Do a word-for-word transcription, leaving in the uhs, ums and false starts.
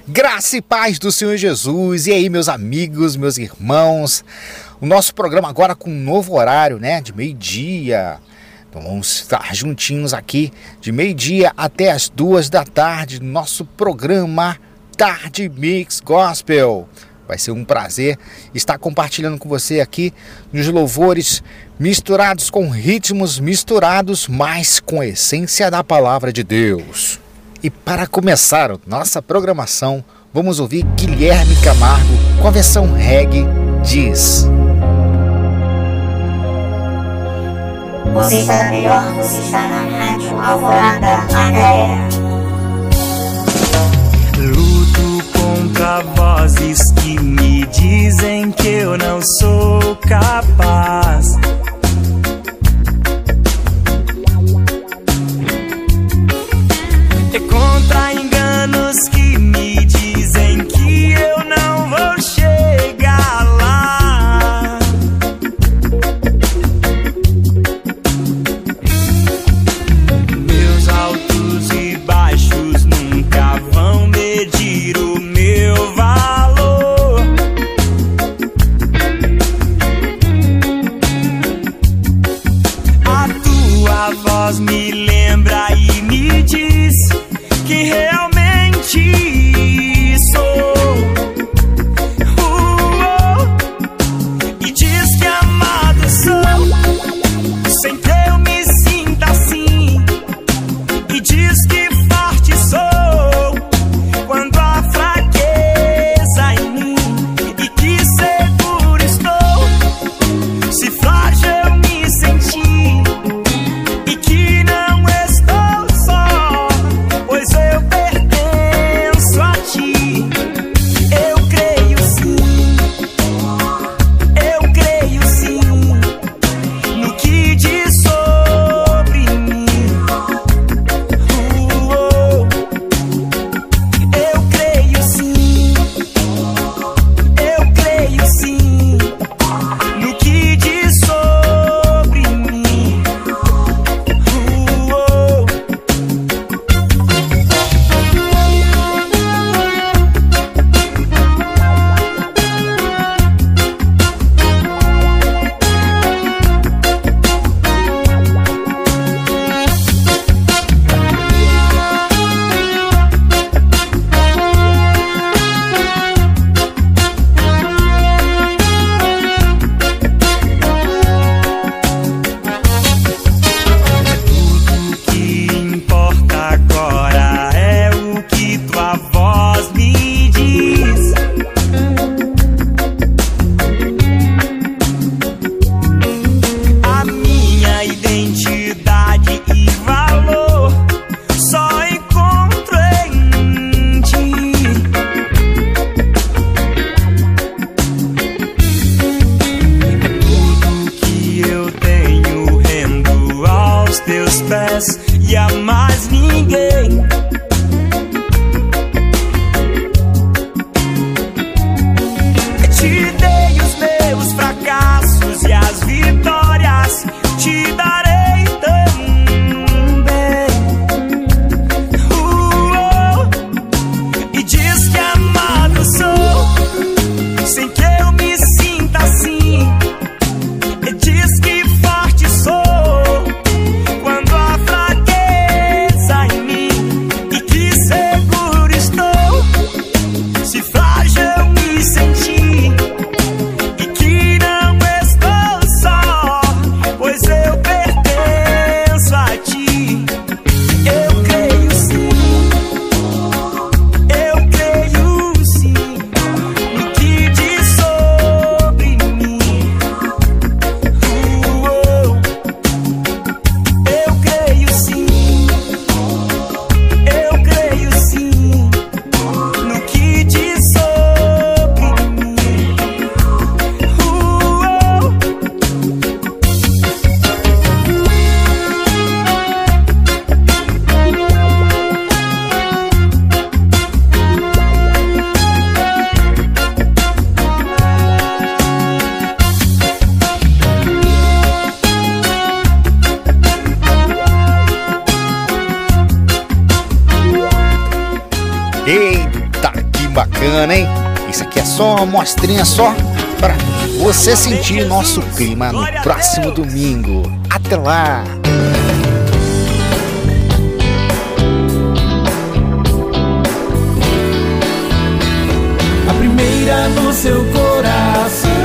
Graça e paz do Senhor Jesus. E aí, meus amigos, meus irmãos, o nosso programa agora com um novo horário, né, de meio-dia. Então vamos estar juntinhos aqui de meio-dia até as duas da tarde, nosso programa Tarde Mix Gospel. Vai ser um prazer estar compartilhando com você aqui nos louvores misturados com ritmos misturados, mas com a essência da palavra de Deus. E para começar nossa programação, vamos ouvir Guilherme Camargo com a versão reggae Diz. Você está na melhor, você está na Rádio Alvorada H R. Luto contra vozes que me dizem que eu não sou capaz. E contra enganos que me dizem que eu não vou chegar lá. Meus altos e baixos bacana, hein? Isso aqui é só uma mostrinha só para você sentir o nosso clima no próximo domingo. Até lá! A primeira do seu coração.